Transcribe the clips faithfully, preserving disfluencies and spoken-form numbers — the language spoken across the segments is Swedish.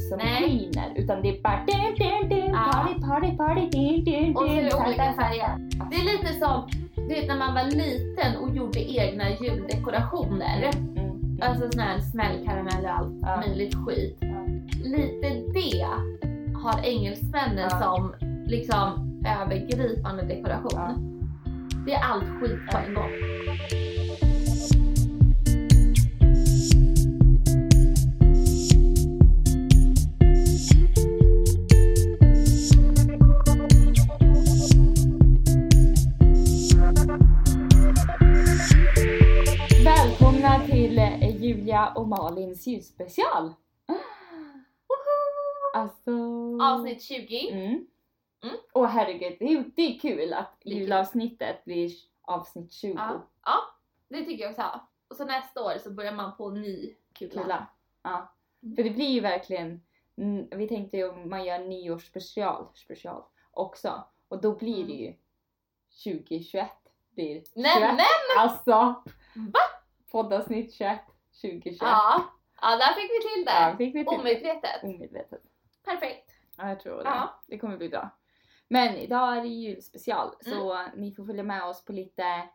ljus som Nej. skiner. Utan det är bara dun, dun, dun, Ja. party, party, party, dun, dun, Och så är dun, det ta, olika ta, ta. färger. Det är lite som, du vet när man var liten och gjorde egna juldekorationer. Mm, mm. Alltså sån här smällkaramell och allt Ja. möjligt skit. Ja. Lite det har engelsmännen Ja. som liksom övergripande dekoration. Ja. Det är allt skit på en gång. Välkomna till eh, Julia och Malins julspecial. Alltså... Avsnitt tjugo. Mm. Mm. Och herregud, det är, det är kul att Det är kul. julavsnittet blir avsnitt tjugo. Ja. ja, det tycker jag också. Och så nästa år så börjar man på ny kula. Kula. Ja. Mm. För det blir ju verkligen, mm, vi tänkte ju om man gör nyårsspecial special också. Och då blir det ju tjugo tjugoett. Blir Nej, tjugoett. nej! Alltså! Va? Poddavsnitt tjugoett, tjugo tjugoett. Ja. ja, där fick vi till det. Ja, fick vi till Omedvetet. Omedvetet. Perfekt. Ja, jag tror det. Ja. Det kommer bli bra. Men idag är det julspecial. Mm. Så ni får följa med oss på lite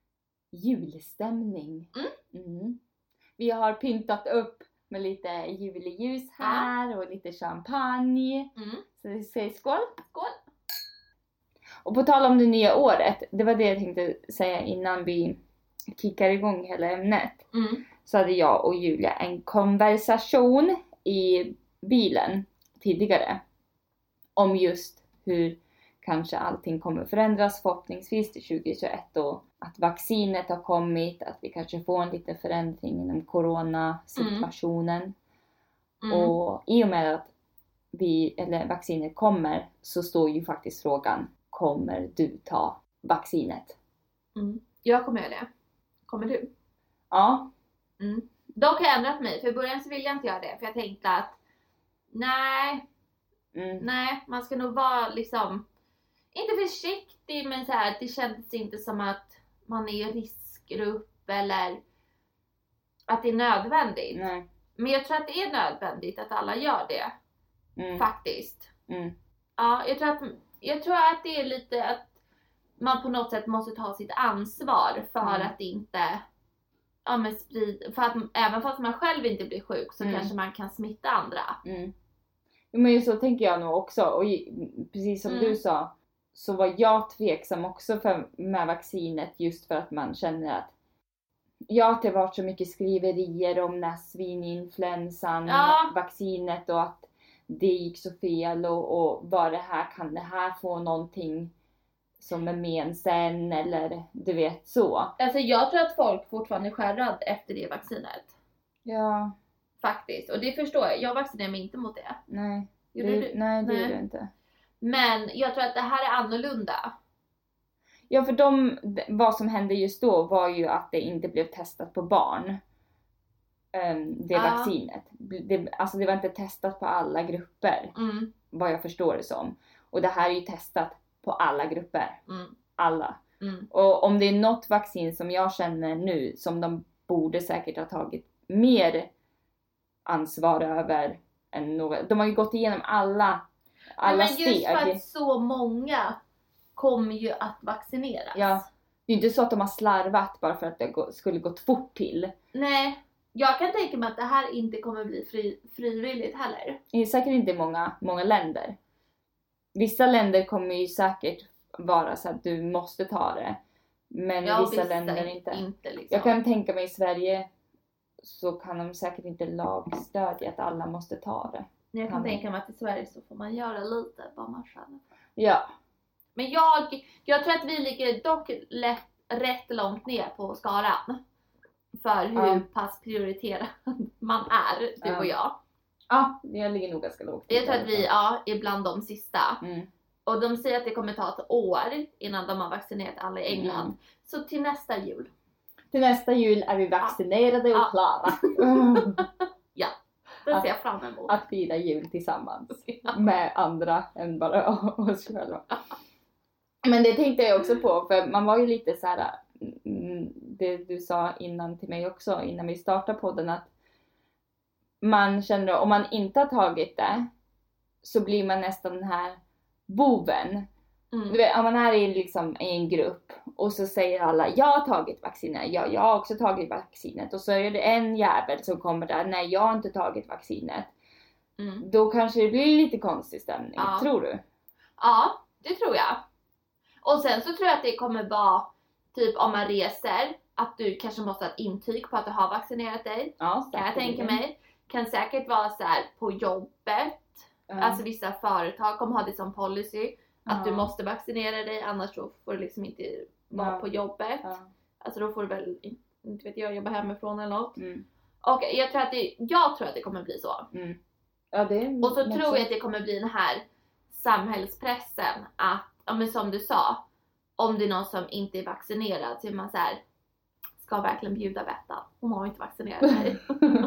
julstämning. Mm. Mm. Vi har pyntat upp med lite juleljus här och lite champagne. Mm. Så vi säger skål. Skål. Och på tal om det nya året. Det var det jag tänkte säga innan vi kickar igång hela ämnet. Mm. Så hade jag och Julia en konversation i bilen tidigare. Om just hur kanske allting kommer förändras förhoppningsvis till tjugo tjugoett. Och att vaccinet har kommit. Att vi kanske får en liten förändring inom coronasituationen. Mm. Och i och med att vi, eller vaccinet kommer så står ju faktiskt frågan. Kommer du ta vaccinet? Mm. Jag kommer göra det. Kommer du? Ja. Mm. Dock har jag ändrat mig. För i början så ville jag inte göra det. För jag tänkte att nej, Mm. nej, man ska nog vara liksom inte försiktig, men så här, det kändes inte som att man är i riskgrupp eller att det är nödvändigt. Nej. Men jag tror att det är nödvändigt att alla gör det. Mm. Faktiskt. Mm. Ja, jag tror att jag tror att det är lite att man på något sätt måste ta sitt ansvar för Mm. att inte ja, men sprid, för att även fast man själv inte blir sjuk så Mm. kanske man kan smitta andra. Mm. Men ju så tänker jag nog också. Och ju- precis som Mm. du sa. Så var jag tveksam också för, med vaccinet. Just för att man känner att. Ja, att det var så mycket skriverier om näsvininfluensan. Ja. Vaccinet och att det gick så fel. Och, och vad det här, kan det här få någonting som är men sen. Eller du vet så. Alltså jag tror att folk fortfarande är skärrad efter det vaccinet. Ja, Faktiskt. Och det förstår jag. Jag vaccinerar mig inte mot det. nej. Gjorde det, du? Nej, det Nej. gjorde jag inte. Men jag tror att det här är annorlunda. Ja, för de, vad som hände just då var ju att det inte blev testat på barn. Um, det Ja. vaccinet. Det, alltså det var inte testat på alla grupper. Mm. Vad jag förstår det som. Och det här är ju testat på alla grupper. Mm. Alla. Mm. Och om det är något vaccin som jag känner nu. Som de borde säkert ha tagit mer ansvar över. Än några. De har ju gått igenom alla, alla Men steg. just för att så många kommer ju att vaccineras. Ja. Det är inte så att de har slarvat bara för att det gå- skulle gått fort till. Nej, jag kan tänka mig att det här inte kommer bli fri, frivilligt heller. Det är säkert inte många, många länder. Vissa länder kommer ju säkert vara så att du måste ta det. Men Ja, vissa, länder inte. inte liksom. Jag kan tänka mig i Sverige så kan de säkert inte lagstödja att alla måste ta det. jag kan kan- tänka mig att i Sverige så får man göra lite vad man känner. Ja. Men jag, jag tror att vi ligger dock lätt, rätt långt ner på skalan. För hur Ja. pass prioriterad man är, du Ja. och jag. Ja, jag ligger nog ganska lågt. Jag tror att vi ja, är bland de sista. Mm. Och de säger att det kommer ta ett år innan de har vaccinerat alla i England. Mm. Så till nästa jul. Till nästa jul är vi vaccinerade och Ja. klara. Det ser jag fram emot. Att fira jul tillsammans. Med andra än bara oss själva. Men det tänkte jag också på. För man var ju lite så här. mm, Det du sa innan till mig också. Innan vi startade podden. Att man känner om man inte har tagit det så blir man nästan den här boven. Mm. Du vet, om man är i, liksom, i en grupp och så säger alla jag har tagit vaccinet, ja, jag har också tagit vaccinet och så är det en jävel som kommer där, nej jag har inte tagit vaccinet. Mm. Då kanske det blir lite konstig stämning, Ja. tror du? Ja, det tror jag. Och sen så tror jag att det kommer vara typ om man reser att du kanske måste ha ett intyg på att du har vaccinerat dig. Ja, Kan jag tänka mig. Kan säkert vara så här på jobbet. Ja. Alltså vissa företag kommer ha det som policy. Att Ja. du måste vaccinera dig, annars så får du liksom inte vara Ja. på jobbet. Ja. Alltså då får du väl, inte vet jag, jobba hemifrån eller något. Mm. Och jag tror att det, jag tror att det kommer bli så. Mm. Ja, det är Och så men tror jag att det kommer bli den här samhällspressen att, ja men som du sa, om det är någon som inte är vaccinerad så är man så här, ska verkligen bjuda Bettan. Hon har inte vaccinerat sig.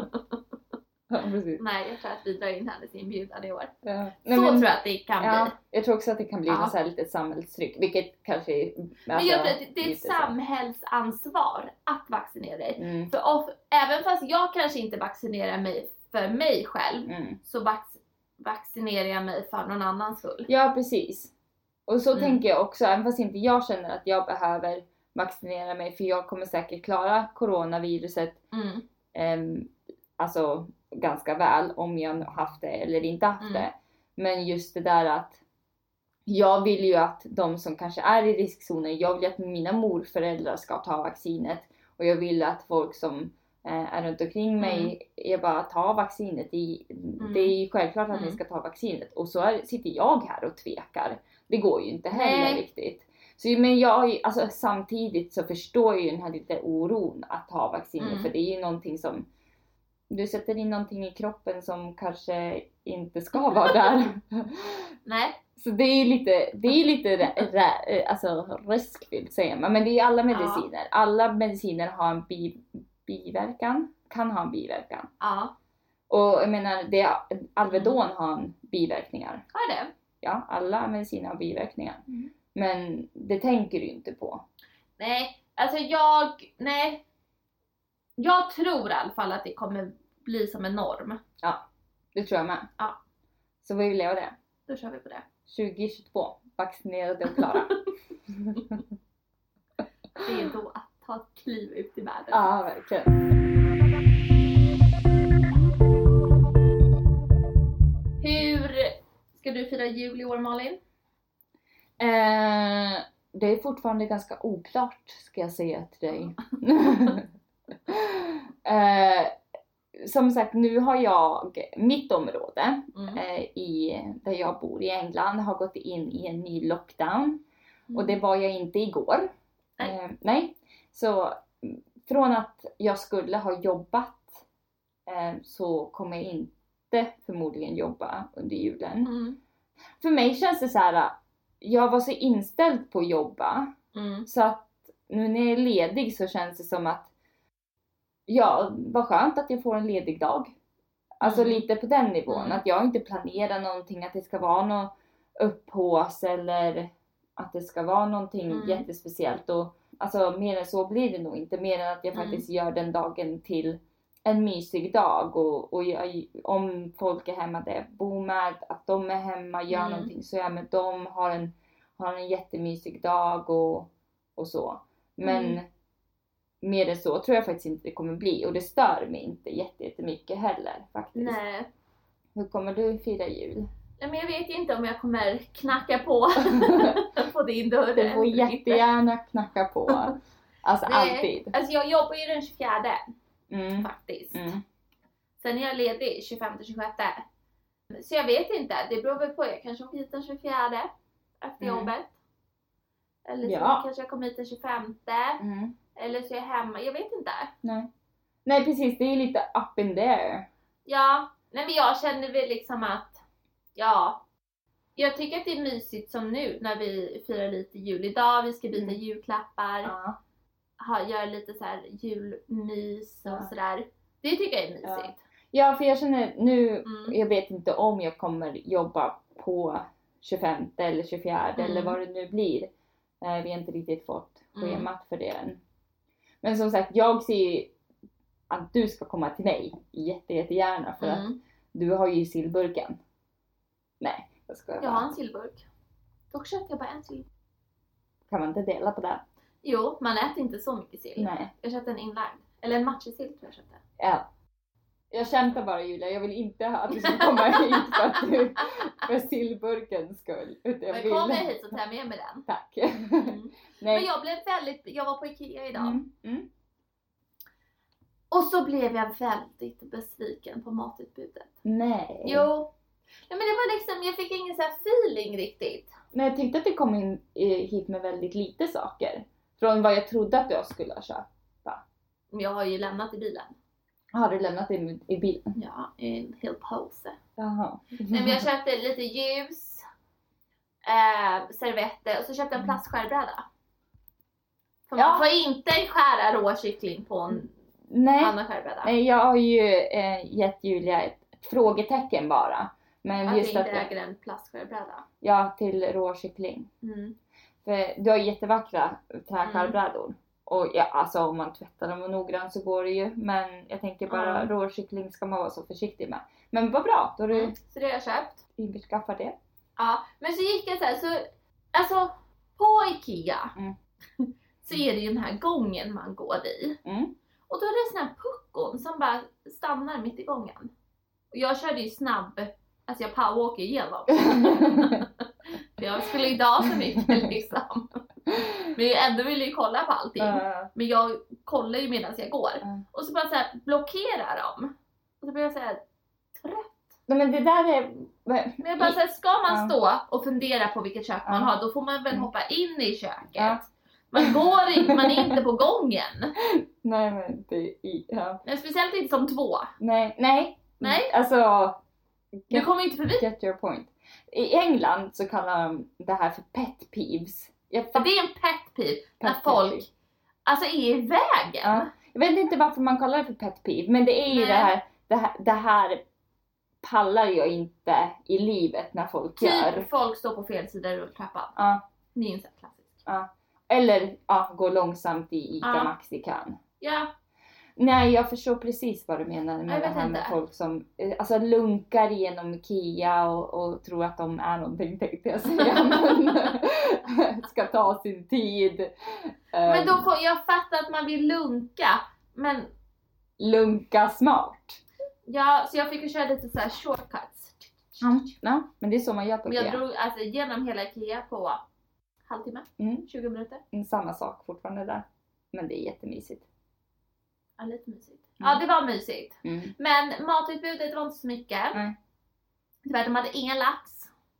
Ja, precis. Nej, jag tror att vi drar in hennes inbjudan i år. Ja. Så Nej, men, tror jag att det kan ja, bli. jag tror också att det kan bli Ja. något så här litet samhällstryck, vilket kanske är, Men alltså, jag tror att det är ett lite så. samhällsansvar att vaccinera dig. Mm. För of, även fast jag kanske inte vaccinerar mig för mig själv, Mm. så vac, vaccinerar jag mig för någon annans skull. Ja, precis. Och så Mm. tänker jag också, även fast inte jag känner att jag behöver vaccinera mig, för jag kommer säkert klara coronaviruset Mm. ehm, alltså ganska väl om jag haft det eller inte haft Mm. det. Men just det där att jag vill ju att de som kanske är i riskzonen, jag vill att mina morföräldrar ska ta vaccinet. Och jag vill att folk som eh, är runt omkring mig Mm. är bara ta vaccinet. Det, Mm. det är ju självklart att Mm. ni ska ta vaccinet. Och så är, sitter jag här och tvekar. Det går ju inte heller Nej. riktigt. Så, men jag, alltså, samtidigt så förstår jag ju den här lite oron att ta vaccinet. Mm. För det är ju någonting som, du sätter in någonting i kroppen som kanske inte ska vara där. Nej. Så det är lite, det är lite rä, rä, alltså riskfyllt säger man. Men det är alla mediciner. Ja. Alla mediciner har en bi, biverkan. Kan ha en biverkan. Ja. Och jag menar, det, Alvedon har en biverkningar. Har det? Ja, alla mediciner har biverkningar. Mm. Men det tänker du inte på. Nej, alltså jag, nej. Jag tror i alla fall att det kommer bli som en norm. Det tror jag med. Ja. Så vad vill jag det? Då kör vi på det. tjugo tjugotvå. Vaccinerade och klara. Det är då att ta ett kliv ut i världen. Ja, verkligen. Hur ska du fira jul i år, Malin? Eh, det är fortfarande ganska oklart, ska jag säga till dig. eh, som sagt, nu har jag, mitt område Mm. eh, i, där jag bor i England har gått in i en ny lockdown. Mm. Och det var jag inte igår. Nej. Eh, nej. Så mm, från att jag skulle ha jobbat eh, så kommer jag inte förmodligen jobba under julen. Mm. För mig känns det så här, jag var så inställd på att jobba. Mm. Så att nu när jag är ledig så känns det som att, ja, vad skönt att jag får en ledig dag. Alltså Mm. lite på den nivån. Mm. Att jag inte planerar någonting, att det ska vara något upphås eller att det ska vara någonting Mm. jättespeciellt. Och, alltså mer än så blir det nog inte. Mer än att jag Mm. faktiskt gör den dagen till en mysig dag. Och, och jag, om folk är hemma där jag bor med, att de är hemma, gör Mm. någonting, så jag med dem, har en, har en jättemysig dag och, och så. Men Mm. mer än så tror jag faktiskt inte det kommer bli. Och det stör mig inte jätte- jättemycket heller faktiskt. Nej. Hur kommer du fira jul? Nej, men jag vet inte om jag kommer knacka på på din dörr. Du får eller inte. jättegärna knacka på. Alltså Nej, alltid. Alltså jag jobbar ju den tjugofjärde Mm. faktiskt. Mm. Sen är jag ledig tjugofemte tjugosjätte. Så jag vet inte, det beror väl på. Jag kanske åker hit den tjugofjärde efter Mm. jobbet. Eller så Ja. kanske jag kommer hit den tjugofemte. Mm. Eller så är jag hemma, jag vet inte. Nej. Nej precis, det är lite up in there. Ja, nej men jag känner väl liksom att, ja. Jag tycker att det är mysigt som nu när vi firar lite jul idag. Vi ska byta Mm. julklappar. Ja. Ha, göra lite så här julmys och Ja. sådär. Det tycker jag är mysigt. Ja, för jag känner nu, Mm. jag vet inte om jag kommer jobba på tjugofemte eller tjugofjärde Mm. eller vad det nu blir. Eh, vi har inte riktigt fått Mm. schemat för det än. Men som sagt, jag ser ju att du ska komma till mig jätte, jättegärna för Mm. att du har ju sillburken. Nej, jag ska Jag har en sillburk. Dock köpte jag bara en sill. Kan man inte dela på det? Jo, man äter inte så mycket sill. Nej. Jag köpte en inlagd. Eller en matjessill tror jag köpte. Ja. Jag kämpar bara, Julia. Jag vill inte att du ska komma hit för, att du, för sillburkens skull. Utan jag Men vill... kommer jag hit så tar jag med mig den. Tack. Mm. Nej. Men jag blev väldigt, jag var på Ikea idag. Mm. Mm. Och så blev jag väldigt besviken på matutbudet. Nej. Jo. Nej, men det var liksom, jag fick ingen så här feeling riktigt. Men jag tyckte att du kom in eh, hit med väldigt lite saker. Från vad jag trodde att jag skulle köpa. Jag har ju lämnat i bilen. Har du lämnat in i bilen? Ja, en hel påse. Jaha. Nej, men jag köpte lite ljus, eh, servetter och så köpte jag en plastskärbräda. För Ja. man får inte skära rå kyckling på en Nej. annan skärbräda. Nej, jag har ju eh, gett Julia ett, ett frågetecken bara. Men Att just det att inte jag, äger en plastskärbräda. ja, till råkyckling. Mm. För du har jättevackra träskärbrädor. Och ja, alltså om man tvättar dem noggrant så går det ju. Men jag tänker bara Mm. råkyckling ska man vara så försiktig med. Men vad bra, då har du Mm. Så det har jag köpt. införskaffat det. Ja, men så gick jag så här, så alltså på Ikea Mm. så är det ju den här gången man går i. Mm. Och då är det såna här puckon som bara stannar mitt i gången. Och jag körde ju snabb, alltså jag powerwalkade igenom. Jag skulle inte ha så mycket liksom. Men jag ändå ville ju kolla på allting. Uh, Men jag kollar ju medan jag går. Mm. Och så bara så här blockerar de. Och så blir jag så här trött. nej, men det där är... Men jag bara så här, ska man Ja. stå och fundera på vilket kök man Ja. har, då får man väl Mm. hoppa in i köket. Ja. Man går inte, man är inte på gången. Nej, men det är... Ja. Men speciellt inte som två. Nej, nej. Nej. Alltså... Du kommer inte förbi. Get your point. I England så kallar de det här för pet peeves. Jag, För det är en pet peeve när Pet folk peeve. alltså är i vägen. Ja. Jag vet inte varför man kallar det för pet peeve, men det är ju Nej. det här, det här, det här pallar jag inte i livet när folk gör. Typ folk står på fel sida i rulltrappan. Ja, Det är ju en sån här klassisk. ja. Eller ja, gå långsamt i Ica Ja. Maxi-kön. Ja, Nej, jag förstår precis vad du menar med Jag det vet här med inte. folk som eh, alltså lunkar genom Ikea och, och tror att de är någonting, tänkte jag säga. Men ska ta sin tid. men Ehm, då får jag fatta att man vill lunka. Men lunka smart. ja, så jag fick ju köra lite så här shortcuts. Ja, ja, men det är så man gör på Men jag Ikea. drog alltså genom hela Ikea på halvtimme, Mm. tjugo minuter. Mm, samma sak fortfarande där. Men det är jättemysigt. Ja, lite mysigt. Mm. Ja, det var mysigt. Mm. Men matutbudet var inte så mycket. Nej. Tyvärr, de hade ingen lax.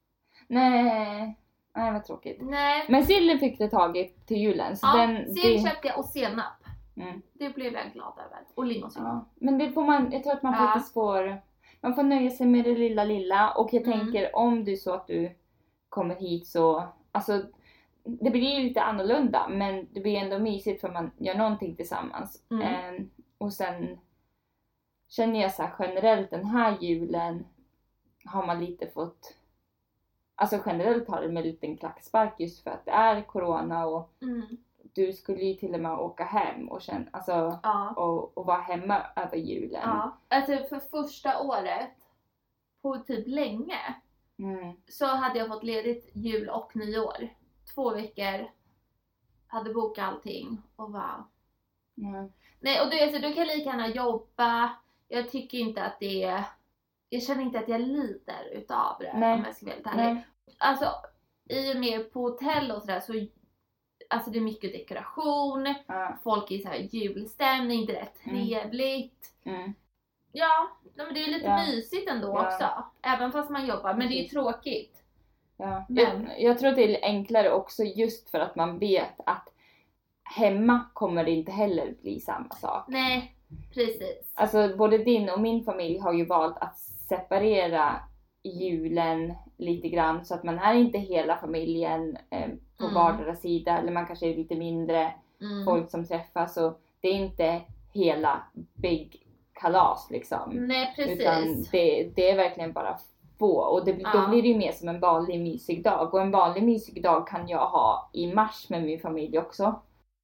Nej, nej vad tråkigt. Nej. Men sillen fick du tag i till julen. Så Ja, den, sill det, köpte jag och senap. mm, Det blev jag glad över. Och lingonsylt. ja. Men det får man, jag tror att man Ja. faktiskt får, man får nöja sig med det lilla lilla. Och jag Mm. tänker om du så att du kommer hit så, alltså det blir lite annorlunda. Men det blir ändå mysigt för man gör någonting tillsammans. Mm. Ehm, och sen känner jag så här generellt den här julen har man lite fått, alltså generellt har det med en liten klackspark just för att det är corona och Mm. du skulle ju till och med åka hem och känna, alltså Ja. och, och vara hemma över julen. Ja. Alltså för första året på typ länge Mm. så hade jag fått ledigt jul och nyår. Två veckor. Hade bokat allting och wow. Mm. Nej, och du, alltså, du kan lika gärna jobba. Jag tycker inte att det är... Jag känner inte att jag lider utav det. Nej. Om jag ska vara helt ärlig. Nej. Alltså, i och med på hotell och sådär så... Alltså det är mycket dekoration. Ja. Folk är i så här julstämning. Det är Mm. trevligt. Mm. Ja, men det är lite Ja. mysigt ändå Ja. också. Även fast man jobbar. Men det är ju Precis. tråkigt. Ja. Men- Jag, jag tror att det är enklare också just för att man vet att hemma kommer det inte heller bli samma sak. Nej, precis. Alltså både din och min familj har ju valt att separera julen lite grann så att man är inte hela familjen eh, på Mm. vardera sida eller man kanske är lite mindre Mm. folk som träffas och det är inte hela big kalas liksom. Nej, precis. Utan det, det är verkligen bara få och det, Ja. då blir det ju mer som en vanlig mysig dag och en vanlig mysig dag kan jag ha i mars med min familj också.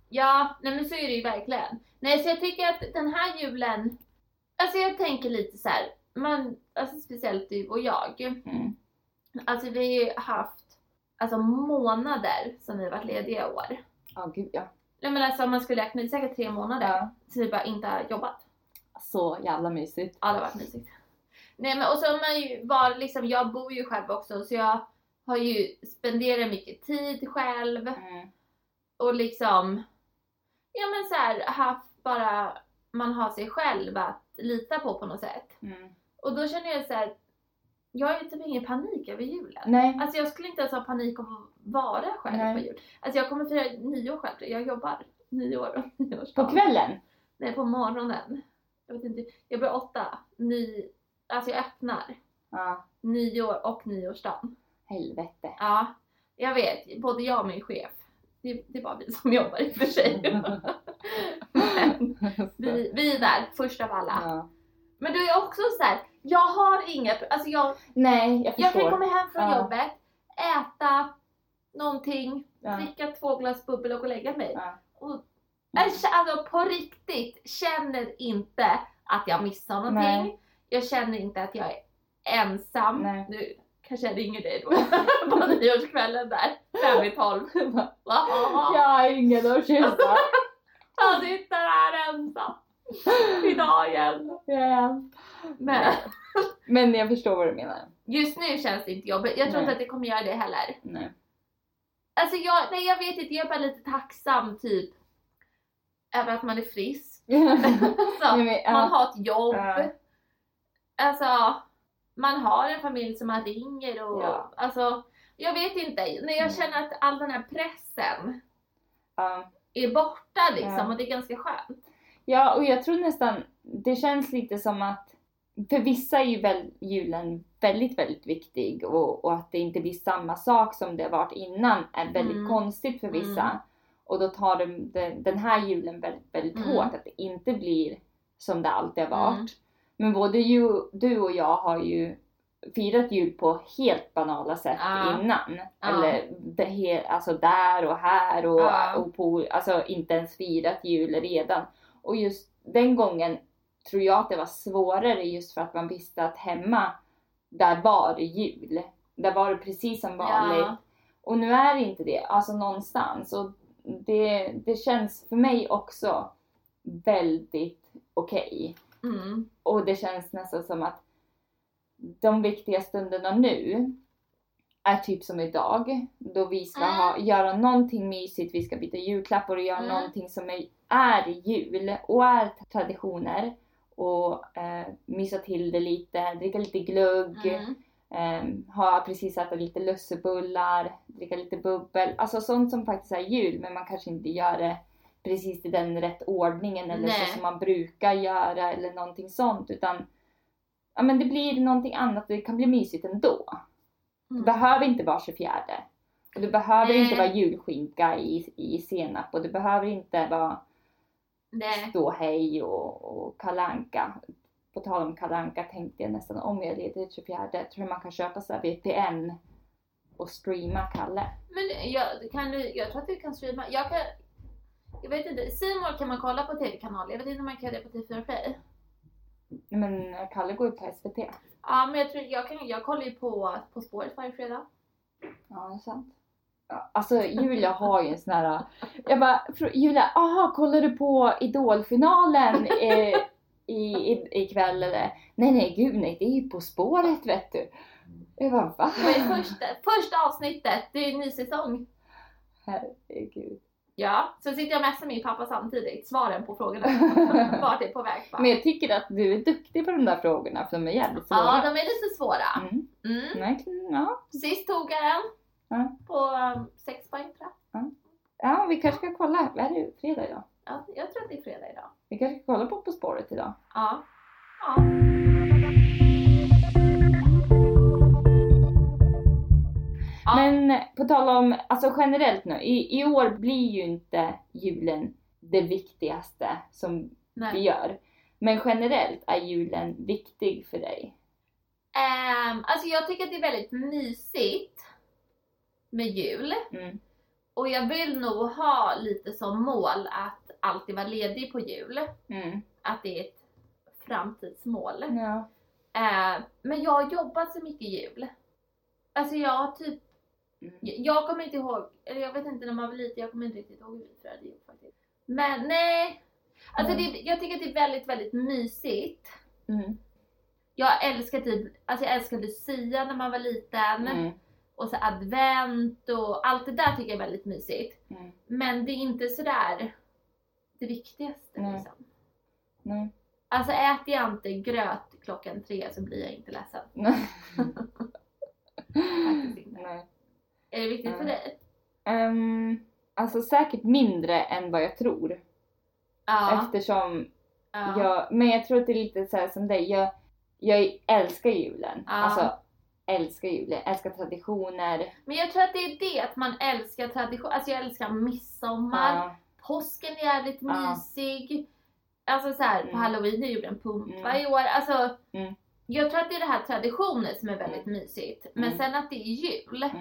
Ja, nej men så är det ju verkligen. Nej, så jag tycker att den här julen, alltså jag tänker lite så här, man, alltså speciellt du och jag. Mm. Alltså vi har ju haft alltså månader som vi har varit lediga i år. Ja, oh, gud ja. Nej men alltså man skulle räkna, säkert tre månader. Ja. Så vi bara inte har jobbat. Så jävla mysigt. Ja, det har varit mysigt. Nej men och så har man ju var liksom, jag bor ju själv också, så jag har ju spenderat mycket tid själv. Mm. Och liksom, ja men så här, haft bara, man har sig själv att lita på på något sätt. Mm. Och då känner jag så här, jag har ju typ ingen panik över julen. Nej. Alltså jag skulle inte ens ha panik om att vara själv Nej. på jul. Alltså jag kommer fira nyår själv, jag jobbar nyår och nyårsdag. På kvällen? Nej, på morgonen. Jag vet inte, jag blir åtta, ny, alltså jag öppnar Ja. nyår och nyårsdagen. Helvete. Ja, jag vet, både jag och min chef. Det, det är bara vi som jobbar i och för sig. Men vi, vi är där, först av alla. Ja. Men du är också så här, jag har inget, alltså jag, Nej, jag förstår. jag kan komma hem från Ja. jobbet, äta någonting, Ja. dricka två glas bubbel och gå och lägga mig. Ja. Och, alltså på riktigt, känner inte att jag missar någonting. Nej. Jag känner inte att jag är ensam. Nej. Nu kanske jag ringer dig då på nyårskvällen där, fem i tolv. Jag har ingen att kyssa. Jag sitter här ensam. Idag igen. Yeah. Men Men jag förstår vad du menar. just nu känns det inte jobbigt. Jag tror Nej. inte att det kommer göra det heller. Nej. Alltså jag, nej jag vet inte, jag är bara lite tacksam typ över att man är frisk. Alltså, Nej, men, ja. man har ett jobb. Ja. Alltså, man har en familj som man ringer och Ja. alltså, jag vet inte. När jag Mm. känner att all den här pressen Ja. är borta liksom, Ja. och det är ganska skönt. Ja, och jag tror nästan, det känns lite som att för vissa är ju väl julen väldigt, väldigt viktig och, och att det inte blir samma sak som det har varit innan är väldigt Mm. konstigt för vissa. Mm. Och då tar de, de, den här julen väldigt, väldigt Mm. hårt, att det inte blir som det alltid har varit. Mm. Men både ju, du och jag har ju firat jul på helt banala sätt Ja. innan. Ja. Eller det, he- alltså där och här och, Ja. och på, alltså inte ens firat jul redan. Och just den gången tror jag att det var svårare just för att man visste att hemma, där var det jul. Där var det precis som vanligt. Ja. Och nu är det inte det, alltså någonstans. Och det, det känns för mig också väldigt okej. Mm. Och det känns nästan som att de viktiga stunderna nu är typ som idag. Då vi ska Mm. ha, göra någonting mysigt, vi ska byta julklappar och göra Mm. någonting som är, är jul och är traditioner. Och eh, mysa till det lite, dricka lite glögg, Mm. eh, ha precis ätit lite lussebullar, dricka lite bubbel. Alltså sånt som faktiskt är jul, men man kanske inte gör det precis i den rätt ordningen eller Nej. så som man brukar göra eller någonting sånt, utan ja, men det blir någonting annat och det kan bli mysigt ändå. Det Mm. behöver inte vara tjugofjärde. Och det behöver Nej. inte vara julskinka i, i senap. Och det behöver inte vara Nej. ståhej och, och kalanka. På tal om kalanka tänkte jag nästan om jag leder till tjugofjärde. Tror jag man kan köpa så här V P N och streama Kalle. Men jag, kan du, jag tror att du kan streama. Jag kan, jag vet inte, C More kan man kolla på tv-kanal. Jag vet inte om man kan göra det på T fyra Play. Men Kalle går ju på S V T. Ja, men jag tror jag kan, jag kollar ju på På spåret varje fredag. Ja, det är sant. Ja, alltså Julia har ju en sån här... Jag bara, Julia, aha, kollar du på Idolfinalen eh, i, i, ikväll eller? Nej, nej, gud nej, det är ju På spåret, vet du. Jag bara, va? Det var ju första, första avsnittet, det är en ny säsong. Herregud. Ja, så sitter jag och messar min pappa samtidigt, svaren på frågorna. Vart det är på väg på. Men jag tycker att du är duktig på de där frågorna, för de är jävligt svåra. Ja, de är lite svåra. Mm. Mm. Verkligen, ja. Sist tog jag den. Ja. På um, sex poäng tror jag. Ja, vi kanske ska kolla. Är det fredag idag? Ja, jag tror att det är fredag idag. Vi kanske ska kolla på På spåret idag. Ja. Ja. Ja. Men på tal om, alltså generellt nu, i, i år blir ju inte julen det viktigaste som vi Nej. gör. Men generellt är julen viktig för dig. Um, alltså jag tycker att det är väldigt mysigt med jul. Mm. Och jag vill nog ha lite som mål att alltid vara ledig på jul. Mm. Att det är ett framtidsmål. Ja. Eh, men jag har jobbat så mycket jul. Alltså jag har typ... Mm. Jag kommer inte ihåg, eller jag vet inte när man var liten, jag kommer inte riktigt ihåg hur vi firade jul faktiskt. Men nej, alltså Mm. det, jag tycker att det är väldigt, väldigt mysigt. Mm. Jag älskar typ, alltså jag älskar Lucia när man var liten. Mm. Och så advent och allt det där tycker jag är väldigt mysigt. Mm. Men det är inte sådär det viktigaste Nej. liksom. Nej. Alltså äter jag inte gröt klockan tre så blir jag inte ledsen. Nej. Faktiskt inte. Nej. Är det viktigt för Mm. dig? Um, alltså säkert mindre än vad jag tror. Ja. Eftersom ja. jag, men jag tror att det är lite så här som dig. Jag, jag älskar julen. Ja. Alltså älskar julen, älskar traditioner. Men jag tror att det är det att man älskar tradition. Alltså jag älskar midsommar. Ja. Påsken är jävligt Ja. mysig. Alltså så här, på Mm. Halloween är julen pump Mm. varje år. Alltså Mm. jag tror att det är det här traditionen som är väldigt Mm. mysigt. Men Mm. sen att det är jul. Mm.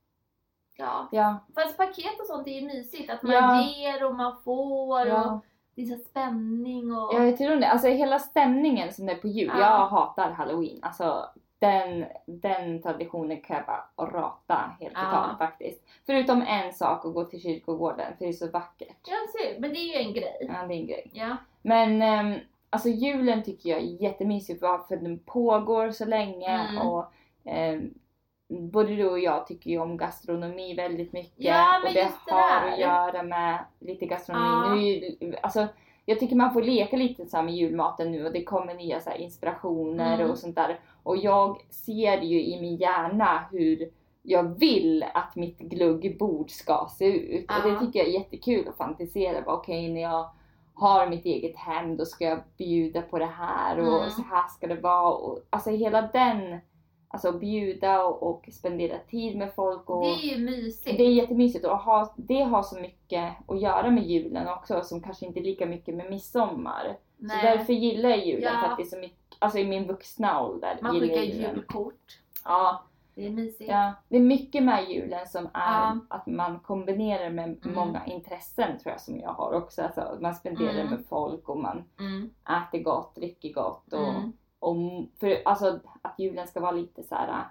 Ja. Ja. Fast paket och sånt är ju mysigt. Att man Ja. ger och man får. Ja. Och det är så spänning och... Jag tror det. Alltså hela stämningen som det är på jul. Ja. Jag hatar Halloween. Alltså den, den traditionen kan jag bara rata helt Ja. totalt faktiskt. Förutom en sak, att gå till kyrkogården. För det är så vackert. Jag ser, men det är ju en grej. Ja, det är en grej. Ja. Men äm, alltså julen tycker jag är jättemysig för, för den pågår så länge. Mm. Och äm, både du och jag tycker ju om gastronomi väldigt mycket. Ja, men och det just det har där. att göra med lite gastronomi. Ja. Nu är ju, alltså, jag tycker man får leka lite så här med julmaten nu. Och det kommer nya så här inspirationer Mm. och sånt där. Och jag ser ju i min hjärna hur jag vill att mitt gluggbord ska se ut. Ja. Och det tycker jag är jättekul att fantisera. Okej, okay, när jag har mitt eget hem, då ska jag bjuda på det här. Och Mm. så här ska det vara. Och, alltså hela den, alltså bjuda och, och spendera tid med folk. Och Det är ju mysigt. det är jättemysigt. Och ha, det har så mycket att göra med julen också. Som kanske inte är lika mycket med midsommar. Nej. Så därför gillar jag julen Ja. faktiskt så mycket. Alltså i min vuxna ålder. Man gillar skickar jag julen. julkort. Ja. Det är mysigt. Ja, det är mycket med julen som är Ja. att man kombinerar med Mm. många intressen tror jag som jag har också. Alltså, man spenderar Mm. med folk och man Mm. äter gott, dricker gott. Och, Mm. och för alltså, att julen ska vara lite så här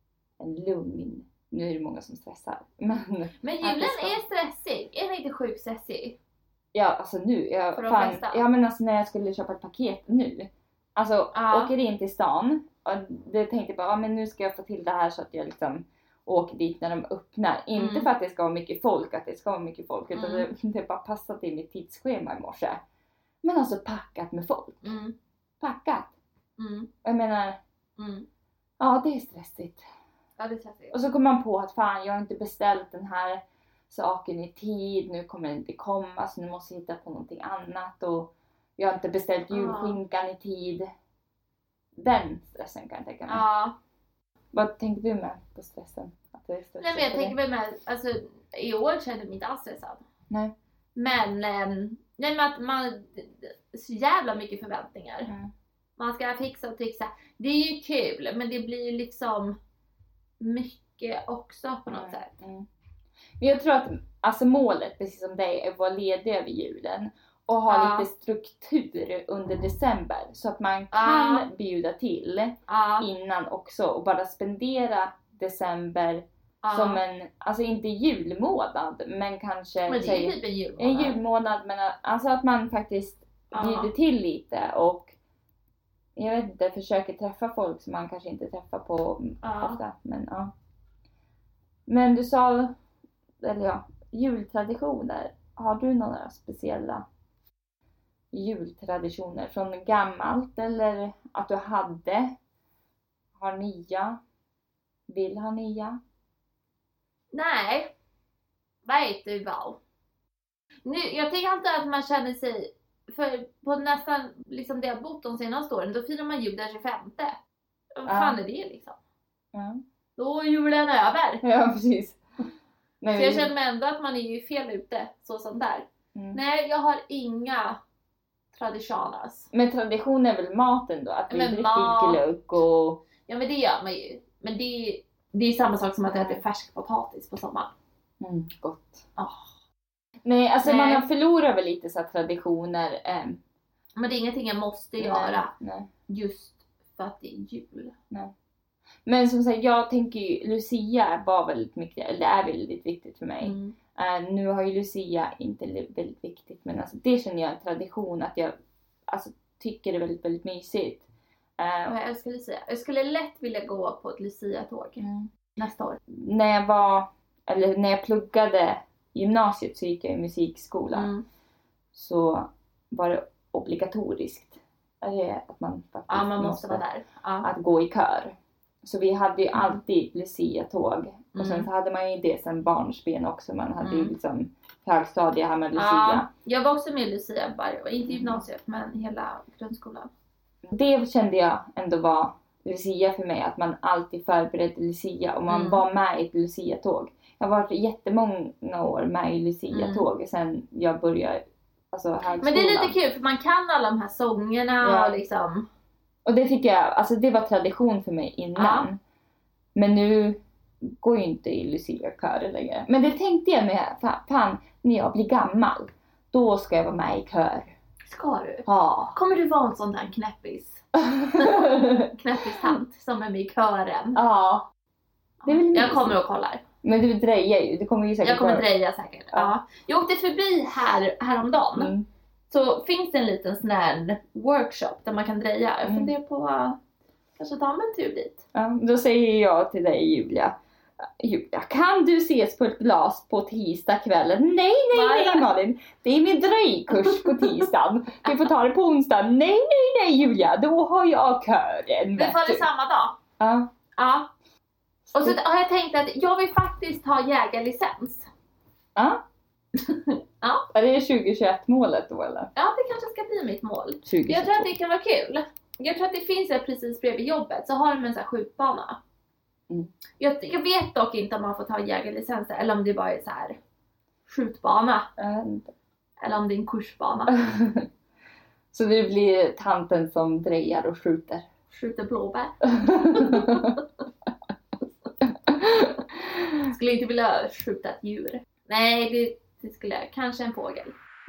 en lugn. Nu är det många som stressar. Men, Men att julen det ska- är stressig. Är den inte sjukt stressig? ja, alltså nu. Jag, För de fan, flesta. ja, men alltså när jag skulle köpa ett paket nu. Alltså Ja. åker in till stan. Och det tänkte jag bara, ja, men nu ska jag få till det här så att jag liksom åker dit när de öppnar. Inte Mm. för att det ska vara mycket folk, att det ska vara mycket folk. Utan Mm. det, det bara passat i mitt tidsschema i morse. Men alltså packat med folk. Mm. Packat. Mm. Och jag menar, Mm. ja det är stressigt. Ja, det är stressigt. Och så kommer man på att fan, jag har inte beställt den här saken i tid. Nu kommer den inte komma, så nu måste jag hitta på någonting annat. Och jag har inte beställt julskinkan i tid. Den stressen kan jag tänka mig. Ja. Vad tänker du med på stressen? Att det är stressigt Nej men jag för tänker dig? mig med, alltså i år kände jag mig inte alls stressad. Nej. Men, ehm, nej men att man, så jävla mycket förväntningar. Mm. Man ska fixa och trixa. Det är ju kul, men det blir ju liksom mycket också på något Mm. sätt. Mm. Men jag tror att alltså målet, precis som dig, är att vara ledig över julen. Och ha Ja. lite struktur under december. Så att man kan Ja. bjuda till Ja, innan också. Och bara spendera december ja. som en, alltså inte julmånad, men kanske Men det är säg- ju typ en julmånad. en julmånad. Men alltså att man faktiskt Ja. bjuder till lite och jag vet inte, försöker träffa folk som man kanske inte träffar på Ja. ofta. Men ja. Men du sa, eller ja, jultraditioner. Har du några speciella jultraditioner från gammalt eller att du hade, har nya, vill ha nya? Nej. Vet du vad? Nu, jag tänker alltid att man känner sig, för på nästan liksom det jag bott de senaste åren, då firar man jul den tjugofemte. Vad Ja. fan är det liksom? Ja, Då är julen över. ja precis. Nej, Så jag vi- känner mig ändå att man är ju fel ute, så som där. mm. Nej, jag har inga traditioners. Men tradition är väl maten då? Att vi Men dricker mat. glögg och... Ja men det gör man ju. Men det är, det är samma sak som att äta färsk potatis på sommaren. Mm, gott. Oh. Nej, alltså Nej. man har förlorat väl lite så här traditioner. Eh. Men det är ingenting jag måste Nej, göra. nej. Just för att det är jul. Nej. Men som sagt, jag tänker ju, Lucia var väldigt mycket, eller är väldigt viktigt för mig. Mm. Uh, nu har ju Lucia inte väldigt viktigt, men alltså, det känner jag en tradition att jag alltså, tycker det är väldigt, väldigt mysigt. Uh, Jag älskar Lucia. Jag skulle lätt vilja gå på ett Lucia-tåg mm. nästa år. När jag var, eller när jag pluggade gymnasiet så gick jag i musikskola. Mm. Så var det obligatoriskt att man faktiskt Ja, man måste vara där. Ja. Att gå i kör. Så vi hade ju Mm. alltid Lucia-tåg. Och sen Mm. så hade man ju det sen barnsben också. Man hade Mm. ju liksom högstadie här med Lucia. Ja, jag var också med i Lucia, bara, inte gymnasiet men hela grundskolan. Det kände jag ändå var Lucia för mig. Att man alltid förberedde Lucia. Och man Mm. var med i ett Lucia-tåg. Jag har varit jättemånga år med i Lucia-tåg. Mm. Sen jag började alltså, högskolan. Men det är lite kul för man kan alla de här sångerna Ja. och liksom. Och det tycker jag, alltså det var tradition för mig innan. Ja. Men nu går ju inte i Lucia-körer längre. Men det tänkte jag med, fan, fan, när jag blir gammal, då ska jag vara med i kör. Ska du? Ja. Kommer du vara en sån där knäppis? Knäppis-tant som är med i kören? Ja. Det är väl Jag mysigt. kommer och kollar. Men du drejar ju, du kommer ju säkert Jag kommer vara- dreja säkert. Ja. Ja. Jag åkte förbi här, häromdagen. Mm. Så finns det en liten sån här workshop där man kan dreja. Jag Mm. funderar på uh, kanske ta mig en tur dit. Ja, då säger jag till dig, Julia. Julia, kan du ses på ett glas på tisdagskvällen? Nej, nej, Vad är nej det? Malin. Det är min drejkurs på tisdagen. Vi får ta det på onsdag. Nej, nej, nej Julia. Då har jag kören. Vi vet får det du. samma dag. Ja. Ja. Och så har jag tänkt att jag vill faktiskt ha jägarlicens. Ja. Ja. Är det tjugohundratjugoett-målet då eller? Ja, det kanske ska bli mitt mål. tjugohundratjugotvå. Jag tror att det kan vara kul. Jag tror att det finns här precis bredvid jobbet. Så har de en sån här skjutbana. Mm. Jag, jag vet dock inte om man får ta jägarlicens där, eller om det bara är så här skjutbana. Äh, Eller om det är en kursbana. Så det blir tanten som drejar och skjuter. Skjuter blåbär. Skulle inte vilja skjuta ett djur. Nej, det, det skulle jag. Kanske en fågel.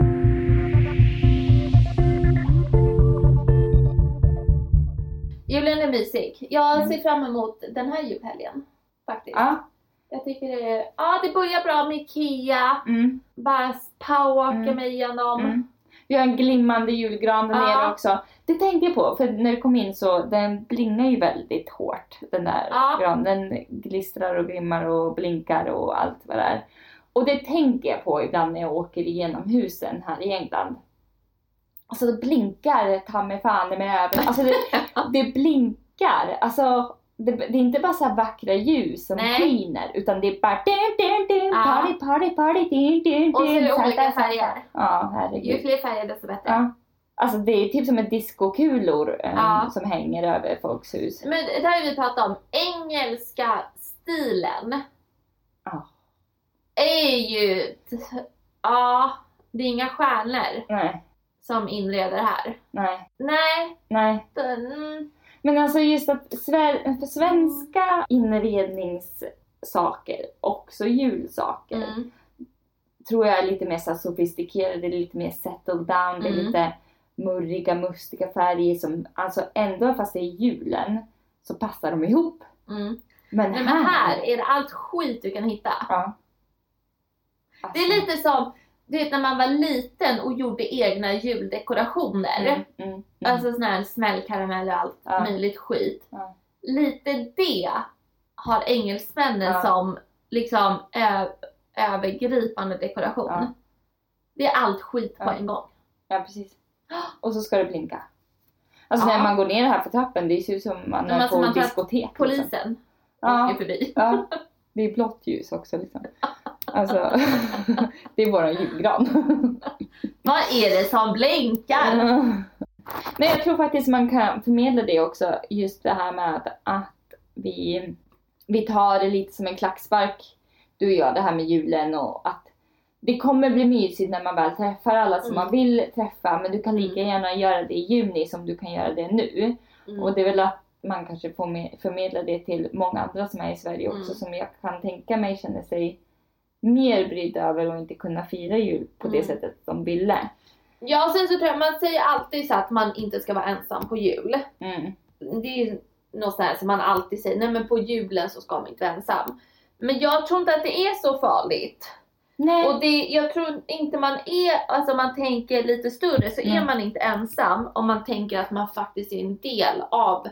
Julen är mysig. Jag Mm. ser fram emot den här julhelgen. Faktiskt. Ja. Jag tycker det, ja, det börjar bra med Ikea. Mm. Bara powerwalka Mm. mig igenom. Mm. Vi har en glimmande julgran där Ja. nere också. Det tänkte jag på, för när du kom in så den blingar ju väldigt hårt. Den där Ja. granen. Den glistrar och glimmar och blinkar och allt vad det är. Och det tänker jag på ibland när jag åker igenom husen här i England. Alltså det blinkar ta mig fan med över. Alltså det, det blinkar. Alltså det, det är inte bara så här vackra ljus som Nej. skiner. Utan det är bara din, din, din, Ja. party, party, party, din, din, Och så är det din, olika Santa, Santa. färger. Ja, Ju herregud. fler färger desto bättre. Ja. Alltså det är typ som en discokulor um, Ja. som hänger över folks hus. Men det har vi pratat om. Engelska stilen Ja. är ju... Ja, det är inga stjärnor Nej, som inreder här. nej, Nej. nej. Mm, Men alltså just att sver- för svenska inredningssaker, också julsaker, mm, tror jag är lite mer så här sofistikerade, lite mer settled down, det är Mm. lite murriga, mustiga färger som, alltså ändå fast det är julen så passar de ihop. mm. Men, Nej, men här är det allt skit du kan hitta. Ja. Det Alltså, är lite som, du vet när man var liten och gjorde egna juldekorationer. Mm, mm, mm. Alltså sån här smällkaramell och allt Ja. möjligt skit. Ja. Lite det har engelsmännen Ja. som liksom ö- övergripande dekoration. Ja. Det är allt skit på Ja. en gång. Ja, precis. Och så ska det blinka. Alltså Ja. när man går ner här för trappen, det ser ut som man Men är alltså på man tror att diskotek. Liksom. Polisen Ja. åker förbi. Ja, det är blått ljus också liksom. Alltså, det är våran julgran. Vad är det som blinkar? Men jag tror faktiskt man kan förmedla det också. Just det här med att, att vi, vi tar det lite som en klackspark. Du och jag, det här med julen. Och att det kommer bli mysigt när man väl träffar alla som Mm. man vill träffa. Men du kan lika Mm. gärna göra det i juni som du kan göra det nu. Mm. Och det är väl att man kanske får med, förmedla det till många andra som är i Sverige också. Mm. Som jag kan tänka mig känner sig mer brydda över att inte kunna fira jul på det Mm. sättet de ville. Ja, och sen så tror jag man säger alltid så att man inte ska vara ensam på jul. Mm. Det är ju något sånt här som man alltid säger, nej men på julen så ska man inte vara ensam. Men jag tror inte att det är så farligt. Nej. Och det, jag tror inte man är, alltså man tänker lite större så Mm. är man inte ensam om man tänker att man faktiskt är en del av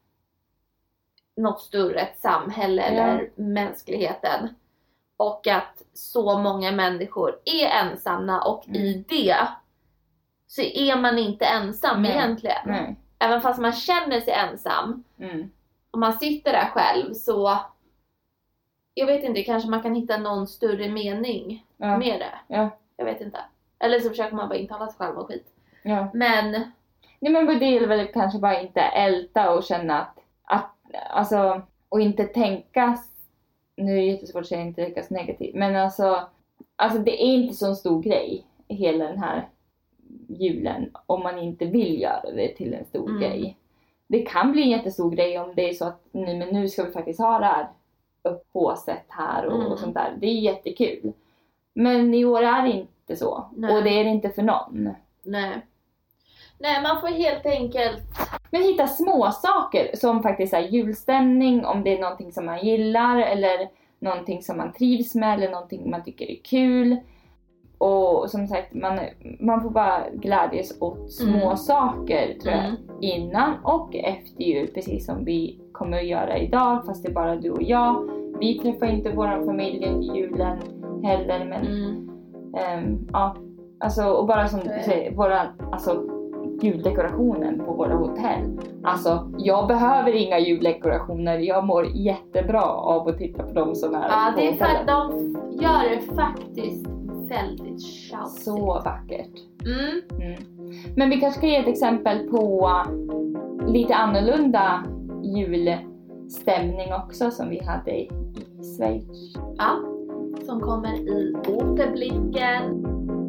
något större, ett samhälle Ja. eller mänskligheten. Och att så många människor är ensamma och Mm. i det så är man inte ensam Nej. egentligen. Nej. Även fast man känner sig ensam. Mm. Om man sitter där själv så, jag vet inte, kanske man kan hitta någon större mening Ja. med det. Ja. Jag vet inte. Eller så försöker man bara intala sig själv och skit. Ja. Men, Nej, men det är väl kanske bara inte älta och känna att, att alltså, och inte tänka, nu är det jättesvårt att säga inte tänka så negativt, men alltså, alltså det är inte så en stor grej hela den här julen om man inte vill göra det till en stor Mm. grej. Det kan bli en jättestor grej om det är så att nu, men nu ska vi faktiskt ha det här upphåset här och, Mm. och sånt där. Det är jättekul. Men i år är det inte så. Nej. Och det är det inte för någon. nej. Nej, man får helt enkelt, Men hitta små saker som faktiskt är julstämning, om det är någonting som man gillar eller någonting som man trivs med eller någonting man tycker är kul. Och som sagt, man, man får bara glädjas åt små Mm. saker tror jag, Mm. innan och efter jul, precis som vi kommer att göra idag, fast det är bara du och jag. Vi träffar inte vår familj under julen heller, men mm, ehm, ja, alltså, och bara som du säger, våra, alltså juldekorationen på våra hotell. Alltså, jag behöver inga juldekorationer. Jag mår jättebra av att titta på dem som är ja på det är för hotellen. att de gör det faktiskt väldigt tjusigt. Så vackert. Mm. Mm. Men vi kanske ska ge ett exempel på lite annorlunda julstämning också som vi hade i Schweiz. Ja, som kommer i återblicken.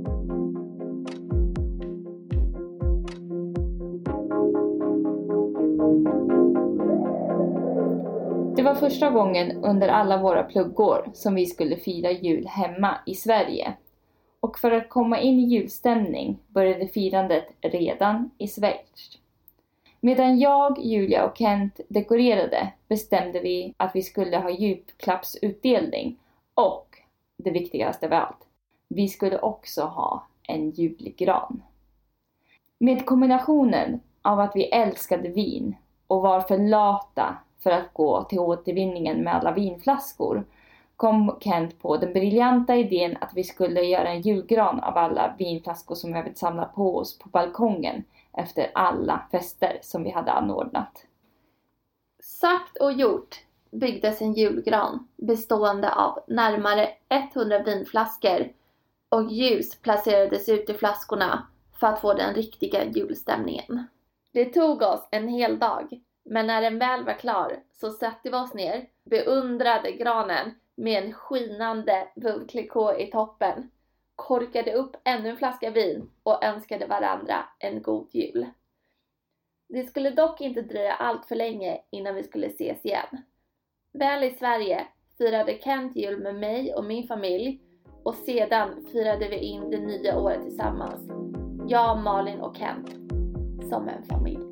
Det var första gången under alla våra pluggår som vi skulle fira jul hemma i Sverige. Och för att komma in i julstämning började firandet redan i Schweiz. Medan jag, Julia och Kent dekorerade bestämde vi att vi skulle ha julklappsutdelning. Och det viktigaste av allt, vi skulle också ha en julgran. Med kombinationen av att vi älskade vin och var för lata för att gå till återvinningen med alla vinflaskor kom Kent på den briljanta idén att vi skulle göra en julgran av alla vinflaskor som vi hade samlat på oss på balkongen efter alla fester som vi hade anordnat. Sagt och gjort byggdes en julgran bestående av närmare hundra vinflaskor och ljus placerades ut i flaskorna för att få den riktiga julstämningen. Det tog oss en hel dag, men när den väl var klar så satte vi oss ner, beundrade granen med en skinande vuvklikå i toppen, korkade upp ännu en flaska vin och önskade varandra en god jul. Det skulle dock inte dröja allt för länge innan vi skulle ses igen. Väl i Sverige firade Kent jul med mig och min familj och sedan firade vi in det nya året tillsammans. Jag, Malin och Kent som en familj.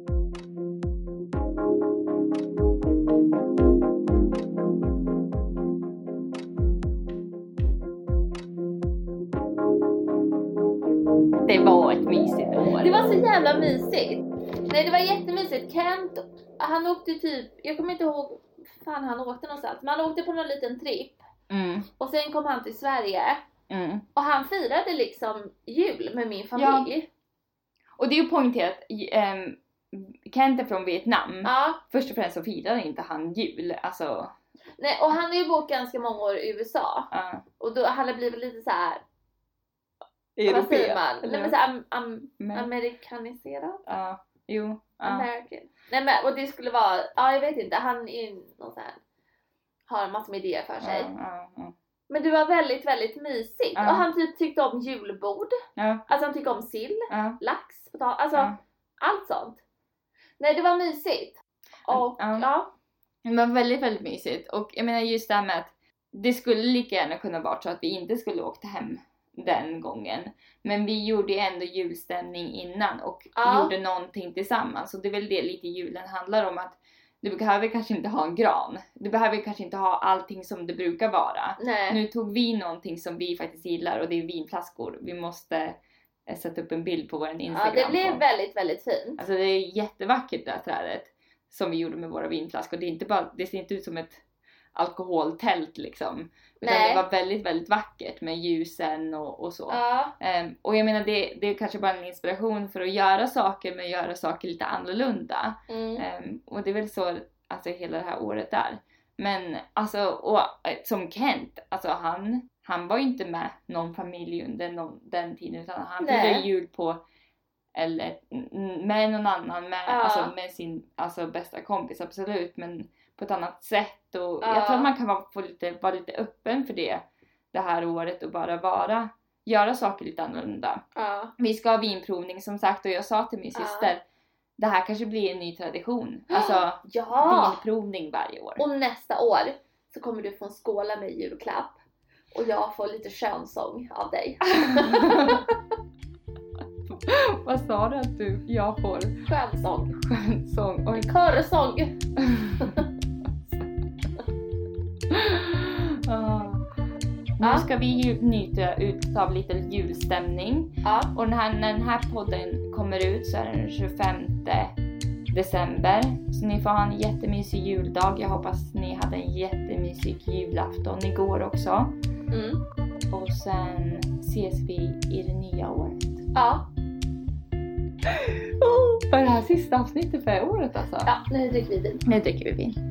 Det var ett mysigt år. Det var så jävla mysigt. Nej, det var jättemysigt. Kent, han åkte typ, jag kommer inte ihåg fan han åkte någonstans. Men han åkte på någon liten tripp. Mm. Och sen kom han till Sverige. Mm. Och han firade liksom jul med min familj. Ja. Och det är ju poängterat, um, Kent är från Vietnam. Ja. Först och främst så firar inte han jul. Alltså, Nej, och han har ju bott ganska många år i U S A. uh, Och då hade det blivit lite så här. Vad säger man? Nej, men så här, am, am, Men- amerikaniserad. Ja, jo. Ja. American. Nej men, och det skulle vara, ja jag vet inte, han är någon sån här, har en massa med idéer för sig. Ja, ja, ja. Men det var väldigt, väldigt mysigt. Ja. Och han typ tyckte om julbord. Ja, Alltså han tyckte om sill, ja, lax, potatis, alltså ja. allt sånt. Nej, det var mysigt. Och Ja. ja, Det var väldigt, väldigt mysigt. Och jag menar just det här med att det skulle lika gärna kunna vara så att vi inte skulle åkt hem den gången. Men vi gjorde ändå julstämning innan och ja. gjorde någonting tillsammans. Och det är väl det lite julen handlar om, att du behöver kanske inte ha en gran. Du behöver kanske inte ha allting som det brukar vara. Nej. Nu tog vi någonting som vi faktiskt gillar och det är vinflaskor. Vi måste sätta upp en bild på vår Instagram. Ja, det blev på. väldigt, väldigt fint. Alltså det är jättevackert det här trädet som vi gjorde med våra vinflaskor. Det är inte bara, det ser inte ut som ett alkoholtält liksom. Utan Nej. det var väldigt, väldigt vackert med ljusen och, och så. Ja. Um, och jag menar det, det är kanske bara en inspiration för att göra saker, men göra saker lite annorlunda. Mm. Um, och det är väl så alltså hela det här året där. Men alltså, och som Kent, alltså han, han var ju inte med någon familj under någon, den tiden, utan han firade jul på, eller med någon annan, med, Ja. alltså, med sin alltså, bästa kompis, absolut, men på ett annat sätt. Och Ja. jag tror att man kan vara, få lite, vara lite öppen för det det här året och bara vara, göra saker lite annorlunda. Ja. Vi ska ha vinprovning som sagt, och jag sa till min Ja. syster, det här kanske blir en ny tradition. Alltså Ja. vinprovning varje år. Och nästa år så kommer du få en skåla med julklapp. Och jag får lite könsång av dig. Vad sa du att du, jag får? Skönsång. Skönsång. Oj. Körsång. Ah. Nu Ja. ska vi ju njuta ut av lite julstämning. Ja. Och när, när den här podden kommer ut så är det den tjugofemte december. Så ni får ha en jättemysig juldag. Jag hoppas ni hade en jättemysig julafton igår också. Mm. Och sen ses vi i det nya året. Ja. Oh, för det här sista avsnittet för året alltså. Ja, nu dricker vi vin. Nu dricker vi vin.